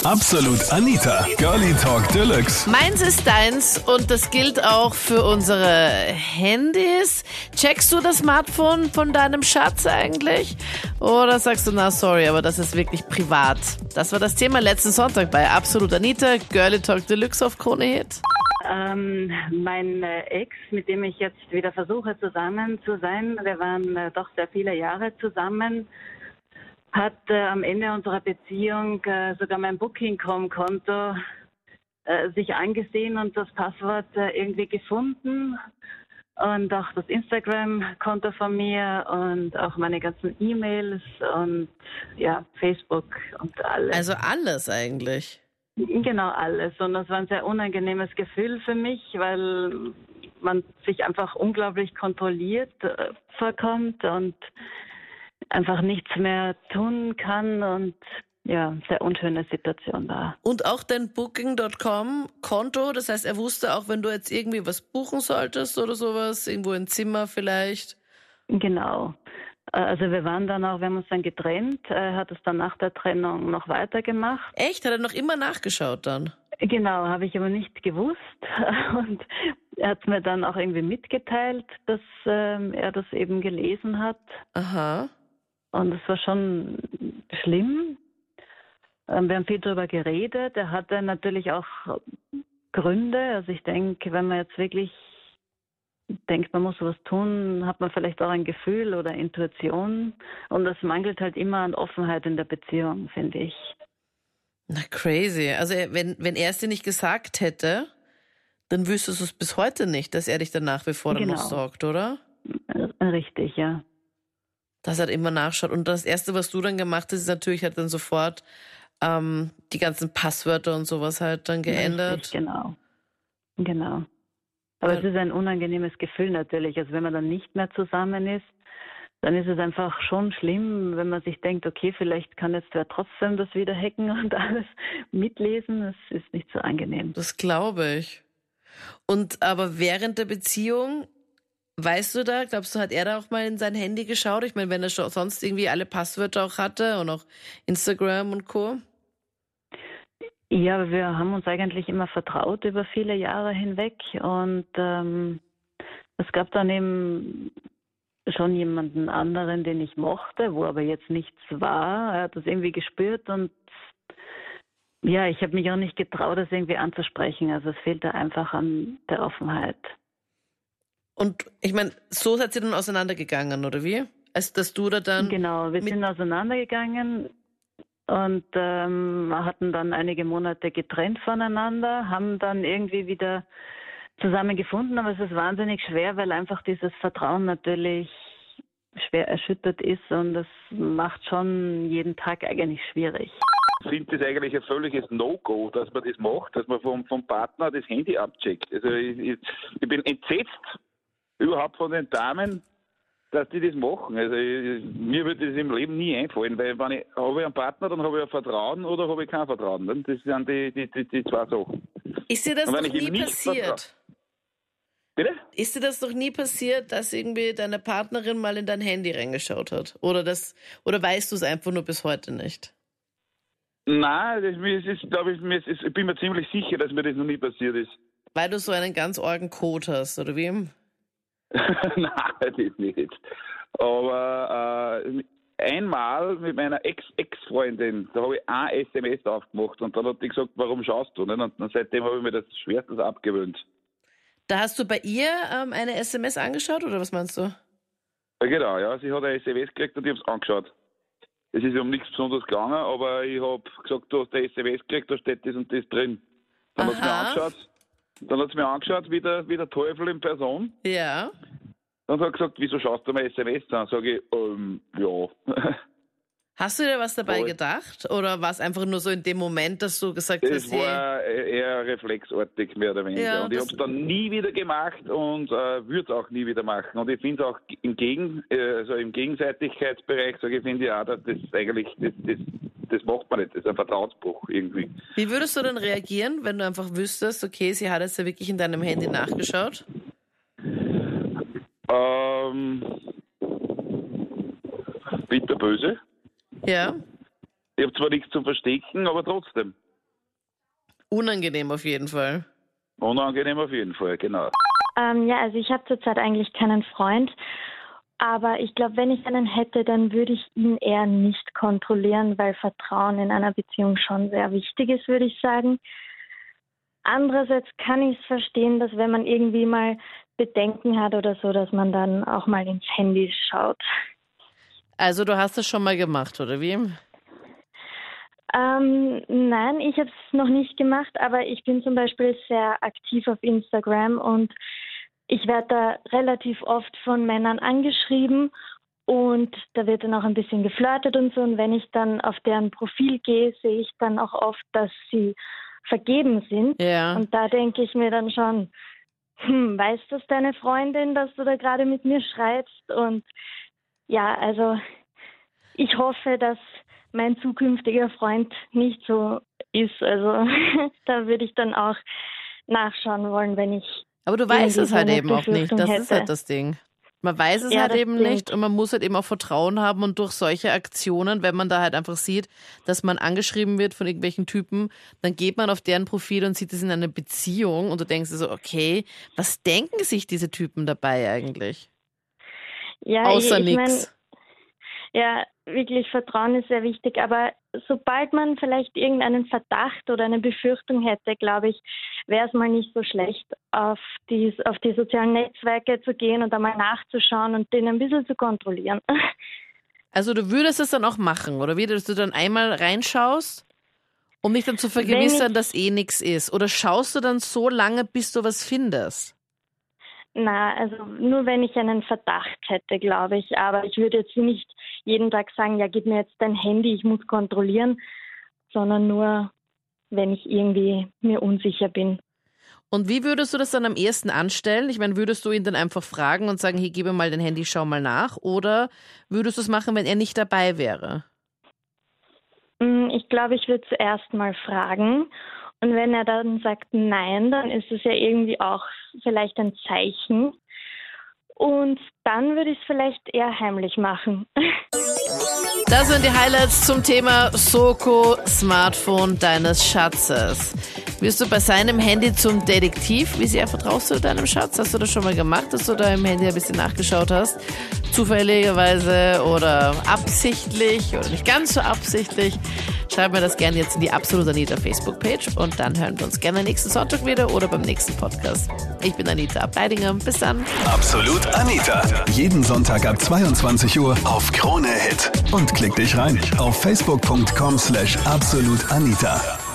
Absolut Anita, Girlie Talk Deluxe. Meins ist deins und das gilt auch für unsere Handys. Checkst du das Smartphone von deinem Schatz eigentlich? Oder sagst du, na sorry, aber das ist wirklich privat? Das war das Thema letzten Sonntag bei Absolut Anita, Girlie Talk Deluxe auf Krone Hit. Mein Ex, mit dem ich jetzt wieder versuche zusammen zu sein, wir waren doch sehr viele Jahre zusammen, hat am Ende unserer Beziehung sogar mein Booking.com-Konto sich angesehen und das Passwort irgendwie gefunden und auch das Instagram-Konto von mir und auch meine ganzen E-Mails und ja, Facebook und alles. Also alles eigentlich. Genau, alles. Und das war ein sehr unangenehmes Gefühl für mich, weil man sich einfach unglaublich kontrolliert vorkommt und einfach nichts mehr tun kann und ja, sehr unschöne Situation war. Und auch dein Booking.com-Konto, das heißt, er wusste auch, wenn du jetzt irgendwie was buchen solltest oder sowas, irgendwo ein Zimmer vielleicht. Genau. Also wir haben uns dann getrennt. Er hat es dann nach der Trennung noch weitergemacht. Echt? Hat er noch immer nachgeschaut dann? Genau, habe ich aber nicht gewusst. Und er hat mir dann auch irgendwie mitgeteilt, dass er das eben gelesen hat. Aha. Und es war schon schlimm. Wir haben viel darüber geredet. Er hatte natürlich auch Gründe. Also ich denke, wenn man jetzt wirklich denkt, man muss was tun, hat man vielleicht auch ein Gefühl oder Intuition. Und das mangelt halt immer an Offenheit in der Beziehung, finde ich. Na crazy. Also wenn er es dir nicht gesagt hätte, dann wüsstest du es bis heute nicht, dass er dich dann nach wie vor dann noch sorgt, oder? Richtig, ja. Dass er immer nachschaut. Und das Erste, was du dann gemacht hast, ist natürlich halt dann sofort die ganzen Passwörter und sowas halt dann geändert. Richtig, genau. Aber es ist ein unangenehmes Gefühl natürlich. Also wenn man dann nicht mehr zusammen ist, dann ist es einfach schon schlimm, wenn man sich denkt, okay, vielleicht kann jetzt wer trotzdem das wieder hacken und alles mitlesen. Das ist nicht so angenehm. Das glaube ich. Und aber während der Beziehung, weißt du da, glaubst du, hat er da auch mal in sein Handy geschaut? Ich meine, wenn er schon sonst irgendwie alle Passwörter auch hatte und auch Instagram und Co.? Ja, wir haben uns eigentlich immer vertraut über viele Jahre hinweg und es gab dann eben schon jemanden anderen, den ich mochte, wo aber jetzt nichts war. Er hat das irgendwie gespürt und ja, ich habe mich auch nicht getraut, das irgendwie anzusprechen. Also es fehlte einfach an der Offenheit. Und ich meine, so seid ihr dann auseinandergegangen, oder wie? Also, dass du da dann... Genau, wir sind auseinandergegangen und hatten dann einige Monate getrennt voneinander, haben dann irgendwie wieder zusammengefunden, aber es ist wahnsinnig schwer, weil einfach dieses Vertrauen natürlich schwer erschüttert ist und das macht schon jeden Tag eigentlich schwierig. Ich finde das eigentlich ein völliges No-Go, dass man das macht, dass man vom Partner das Handy abcheckt. Also ich bin entsetzt überhaupt von den Damen, dass die das machen. Also mir würde das im Leben nie einfallen, weil wenn habe ich einen Partner, dann habe ich ein Vertrauen oder habe ich kein Vertrauen. Das sind die zwei Sachen. Ist dir das noch nie passiert? Bitte? Ist dir das noch nie passiert, dass irgendwie deine Partnerin mal in dein Handy reingeschaut hat? Oder weißt du es einfach nur bis heute nicht? Nein, ich bin mir ziemlich sicher, dass mir das noch nie passiert ist. Weil du so einen ganz argen Code hast, oder wie? Nein, das nicht. Aber einmal mit meiner Ex-Freundin, da habe ich ein SMS aufgemacht und dann hat die gesagt, warum schaust du? Und dann seitdem habe ich mir das schwerstens abgewöhnt. Da hast du bei ihr eine SMS angeschaut, oder was meinst du? Ja, genau, ja. Sie hat eine SMS gekriegt und ich habe es angeschaut. Es ist um nichts Besonderes gegangen, aber ich habe gesagt, du hast eine SMS gekriegt, da steht das und das drin. Dann hat sie mir angeschaut, wie der Teufel in Person. Ja. Dann hat sie gesagt, wieso schaust du mir SMS an? Sage ich, ja. Hast du dir was dabei gedacht? Oder war es einfach nur so in dem Moment, dass du gesagt hast, es war eher reflexartig, mehr oder weniger. Ja, und ich habe es dann nie wieder gemacht und würde es auch nie wieder machen. Und ich finde auch im Gegenseitigkeitsbereich, finde ich auch, dass das eigentlich, das macht man nicht. Das ist ein Vertrauensbruch irgendwie. Wie würdest du dann reagieren, wenn du einfach wüsstest, okay, sie hat jetzt ja wirklich in deinem Handy nachgeschaut? Bitterböse. Ja. Ich habe zwar nichts zu verstecken, aber trotzdem. Unangenehm auf jeden Fall. Unangenehm auf jeden Fall, genau. Ja, also ich habe zurzeit eigentlich keinen Freund. Aber ich glaube, wenn ich einen hätte, dann würde ich ihn eher nicht kontrollieren, weil Vertrauen in einer Beziehung schon sehr wichtig ist, würde ich sagen. Andererseits kann ich es verstehen, dass wenn man irgendwie mal Bedenken hat oder so, dass man dann auch mal ins Handy schaut. Also du hast es schon mal gemacht, oder wie? Nein, ich habe es noch nicht gemacht, aber ich bin zum Beispiel sehr aktiv auf Instagram und ich werde da relativ oft von Männern angeschrieben und da wird dann auch ein bisschen geflirtet und so. Und wenn ich dann auf deren Profil gehe, sehe ich dann auch oft, dass sie vergeben sind. Ja. Und da denke ich mir dann schon, weiß das deine Freundin, dass du da gerade mit mir schreibst? Und ja, also ich hoffe, dass mein zukünftiger Freund nicht so ist. Also da würde ich dann auch nachschauen wollen, wenn ich... Aber du weißt es halt eben auch nicht. Das hätte. ist halt das Ding. Man weiß es halt eben nicht und man muss halt eben auch Vertrauen haben und durch solche Aktionen, wenn man da halt einfach sieht, dass man angeschrieben wird von irgendwelchen Typen, dann geht man auf deren Profil und sieht es in einer Beziehung und du denkst dir so, okay, was denken sich diese Typen dabei eigentlich? Ja, außer nichts. Ja, wirklich Vertrauen ist sehr wichtig, aber sobald man vielleicht irgendeinen Verdacht oder eine Befürchtung hätte, glaube ich, wäre es mal nicht so schlecht, auf die sozialen Netzwerke zu gehen und einmal nachzuschauen und den ein bisschen zu kontrollieren. Also du würdest es dann auch machen, oder wie, dass du dann einmal reinschaust, um dich dann zu vergewissern, dass eh nichts ist? Oder schaust du dann so lange, bis du was findest? Na, also nur wenn ich einen Verdacht hätte, glaube ich. Aber ich würde jetzt nicht jeden Tag sagen, ja, gib mir jetzt dein Handy, ich muss kontrollieren, sondern nur, wenn ich irgendwie mir unsicher bin. Und wie würdest du das dann am ehesten anstellen? Ich meine, würdest du ihn dann einfach fragen und sagen, hey, gib mir mal dein Handy, schau mal nach? Oder würdest du es machen, wenn er nicht dabei wäre? Ich glaube, ich würde zuerst mal fragen. Und wenn er dann sagt nein, dann ist es ja irgendwie auch vielleicht ein Zeichen. Und dann würde ich es vielleicht eher heimlich machen. Das sind die Highlights zum Thema Soko, Smartphone deines Schatzes. Wirst du bei seinem Handy zum Detektiv? Wie sehr vertraust du deinem Schatz? Hast du das schon mal gemacht, dass du da im Handy ein bisschen nachgeschaut hast? Zufälligerweise oder absichtlich oder nicht ganz so absichtlich? Schreib mir das gerne jetzt in die Absolut Anita Facebook-Page und dann hören wir uns gerne nächsten Sonntag wieder oder beim nächsten Podcast. Ich bin Anita Ableidinger. Bis dann. Absolut Anita. Jeden Sonntag ab 22 Uhr auf Krone Hit. Und klick dich rein auf facebook.com/absolutanita.